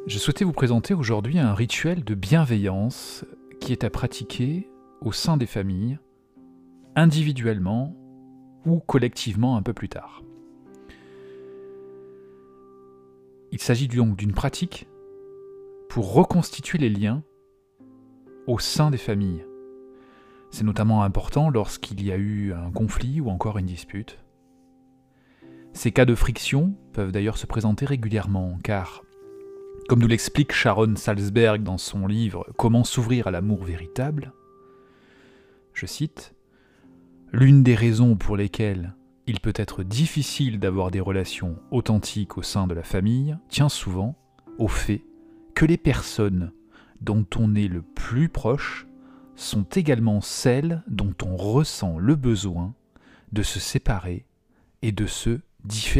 Je souhaitais vous présenter aujourd'hui un rituel de bienveillance qui est à pratiquer au sein des familles, individuellement ou collectivement un peu plus tard. Il s'agit donc d'une pratique pour reconstituer les liens au sein des familles. C'est notamment important lorsqu'il y a eu un conflit ou encore une dispute. Ces cas de friction peuvent d'ailleurs se présenter régulièrement, car, comme nous l'explique Sharon Salzberg dans son livre « Comment s'ouvrir à l'amour véritable », je cite, « L'une des raisons pour lesquelles il peut être difficile d'avoir des relations authentiques au sein de la famille tient souvent au fait que les personnes dont on est le plus proche sont également celles dont on ressent le besoin de se séparer et de se différencier. »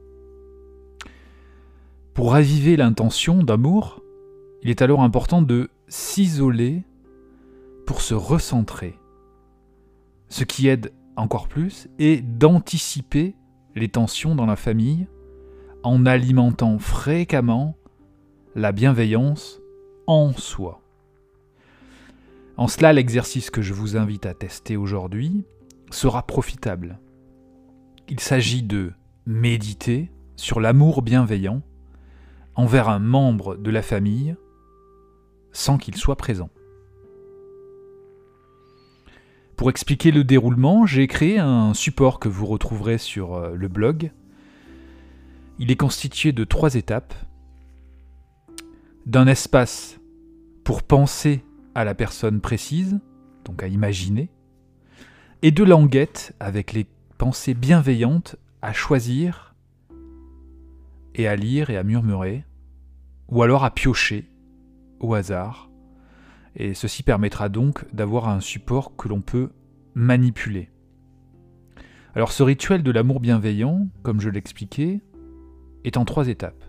Pour raviver l'intention d'amour, il est alors important de s'isoler pour se recentrer. Ce qui aide encore plus est d'anticiper les tensions dans la famille en alimentant fréquemment la bienveillance en soi. En cela, l'exercice que je vous invite à tester aujourd'hui sera profitable. Il s'agit de méditer sur l'amour bienveillant envers un membre de la famille sans qu'il soit présent. Pour expliquer le déroulement, j'ai créé un support que vous retrouverez sur le blog. Il est constitué de 3 étapes. D'un espace pour penser à la personne précise, donc à imaginer, et de languettes avec les pensées bienveillantes à choisir et à lire et à murmurer, ou alors à piocher au hasard. Et ceci permettra donc d'avoir un support que l'on peut manipuler. Alors ce rituel de l'amour bienveillant, comme je l'expliquais, est en 3 étapes.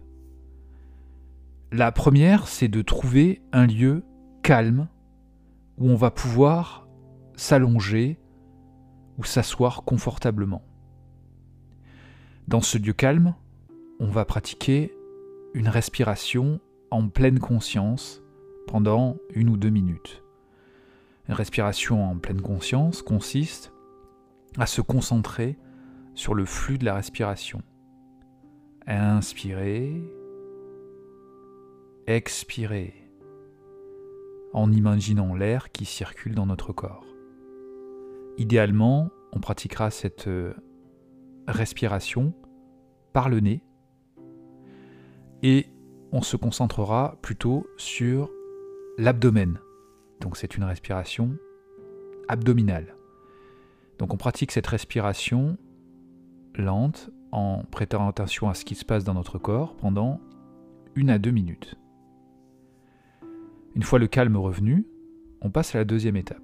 La première, c'est de trouver un lieu calme où on va pouvoir s'allonger ou s'asseoir confortablement. Dans ce lieu calme, on va pratiquer une respiration en pleine conscience pendant 1 ou 2 minutes. Une respiration en pleine conscience consiste à se concentrer sur le flux de la respiration. Inspirer, expirer, en imaginant l'air qui circule dans notre corps. Idéalement, on pratiquera cette respiration par le nez et on se concentrera plutôt sur l'abdomen. Donc c'est une respiration abdominale. Donc on pratique cette respiration lente en prêtant attention à ce qui se passe dans notre corps pendant 1 à 2 minutes. Une fois le calme revenu, on passe à la deuxième étape.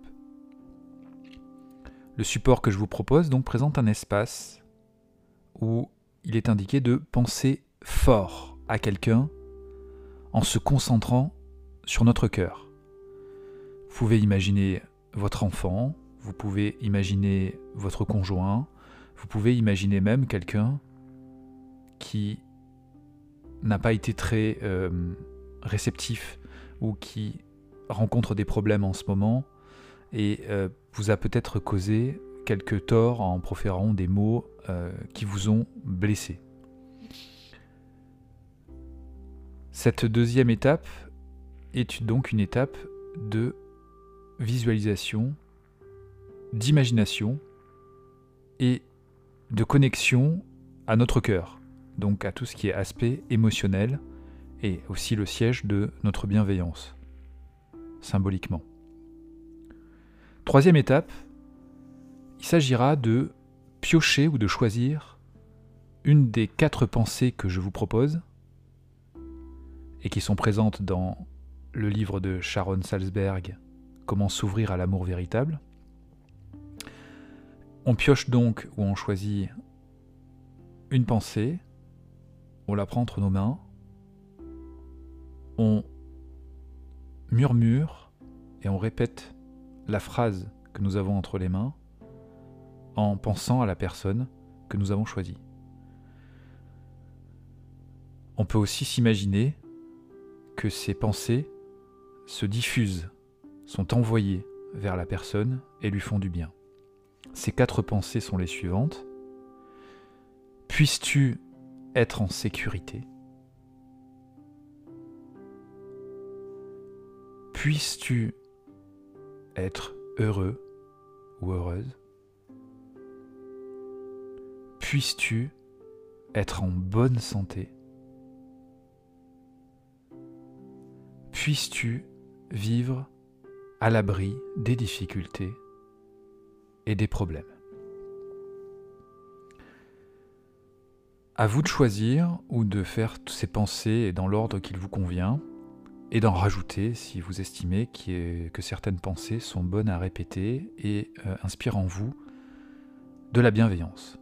Le support que je vous propose donc présente un espace où il est indiqué de penser fort à quelqu'un en se concentrant sur notre cœur. Vous pouvez imaginer votre enfant, vous pouvez imaginer votre conjoint, vous pouvez imaginer même quelqu'un qui n'a pas été très réceptif ou qui rencontre des problèmes en ce moment et vous a peut-être causé quelques torts en proférant des mots qui vous ont blessé. Cette deuxième étape est donc une étape de visualisation, d'imagination et de connexion à notre cœur, donc à tout ce qui est aspect émotionnel et aussi le siège de notre bienveillance, symboliquement. Troisième étape, il s'agira de piocher ou de choisir une des 4 pensées que je vous propose et qui sont présentes dans le livre de Sharon Salzberg, Comment s'ouvrir à l'amour véritable. On pioche donc ou on choisit une pensée, on la prend entre nos mains, on murmure et on répète la phrase que nous avons entre les mains en pensant à la personne que nous avons choisie. On peut aussi s'imaginer que ces pensées se diffusent, sont envoyées vers la personne et lui font du bien. Ces 4 pensées sont les suivantes. Puisses-tu être en sécurité? Puisses-tu être heureux ou heureuse? Puisses-tu être en bonne santé? Puisses-tu vivre à l'abri des difficultés et des problèmes? À vous de choisir ou de faire toutes ces pensées dans l'ordre qu'il vous convient et d'en rajouter si vous estimez que certaines pensées sont bonnes à répéter et inspirent en vous de la bienveillance.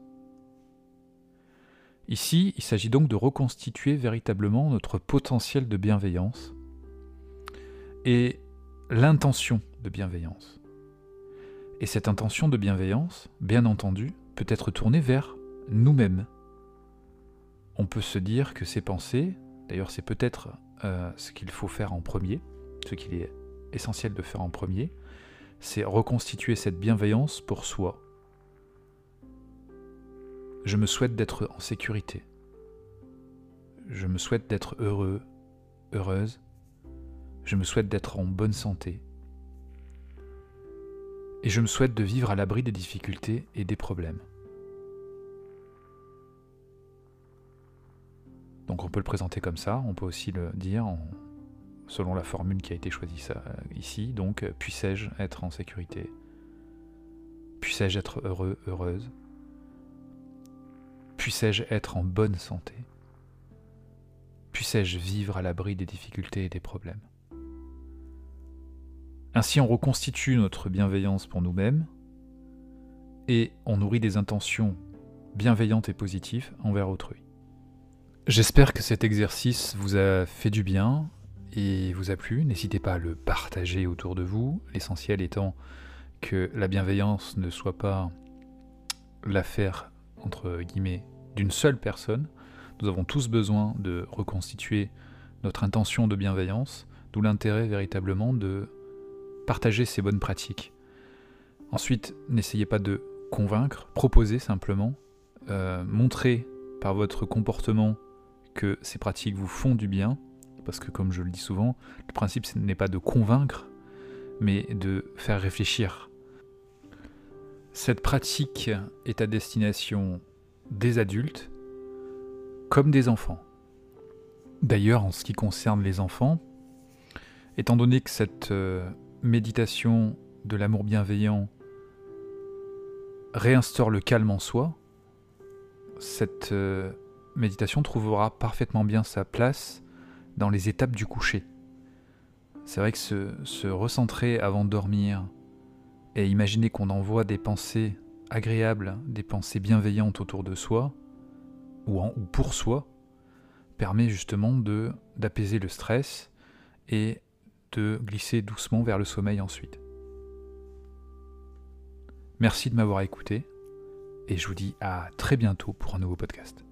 Ici, il s'agit donc de reconstituer véritablement notre potentiel de bienveillance et l'intention de bienveillance. Et cette intention de bienveillance, bien entendu, peut être tournée vers nous-mêmes. On peut se dire que ces pensées, d'ailleurs c'est peut-être ce qu'il faut faire en premier, ce qu'il est essentiel de faire en premier, c'est reconstituer cette bienveillance pour soi. Je me souhaite d'être en sécurité. Je me souhaite d'être heureux, heureuse. Je me souhaite d'être en bonne santé. Et je me souhaite de vivre à l'abri des difficultés et des problèmes. Donc on peut le présenter comme ça, on peut aussi le dire selon la formule qui a été choisie ici. Donc, puissais-je être en sécurité? Puissais-je être heureux, heureuse? Puissais-je être en bonne santé? Puissais-je vivre à l'abri des difficultés et des problèmes? Ainsi, on reconstitue notre bienveillance pour nous-mêmes et on nourrit des intentions bienveillantes et positives envers autrui. J'espère que cet exercice vous a fait du bien et vous a plu. N'hésitez pas à le partager autour de vous, l'essentiel étant que la bienveillance ne soit pas l'affaire, entre guillemets, d'une seule personne. Nous avons tous besoin de reconstituer notre intention de bienveillance, d'où l'intérêt véritablement de partager ces bonnes pratiques. Ensuite, n'essayez pas de convaincre, proposez simplement, montrez par votre comportement que ces pratiques vous font du bien, parce que comme je le dis souvent, le principe ce n'est pas de convaincre, mais de faire réfléchir. Cette pratique est à destination des adultes comme des enfants. D'ailleurs, en ce qui concerne les enfants, étant donné que cette méditation de l'amour bienveillant réinstaure le calme en soi, cette méditation trouvera parfaitement bien sa place dans les étapes du coucher. C'est vrai que se recentrer avant de dormir et imaginer qu'on envoie des pensées agréables, des pensées bienveillantes autour de soi, ou pour soi, permet justement d'apaiser le stress et de glisser doucement vers le sommeil ensuite. Merci de m'avoir écouté et je vous dis à très bientôt pour un nouveau podcast.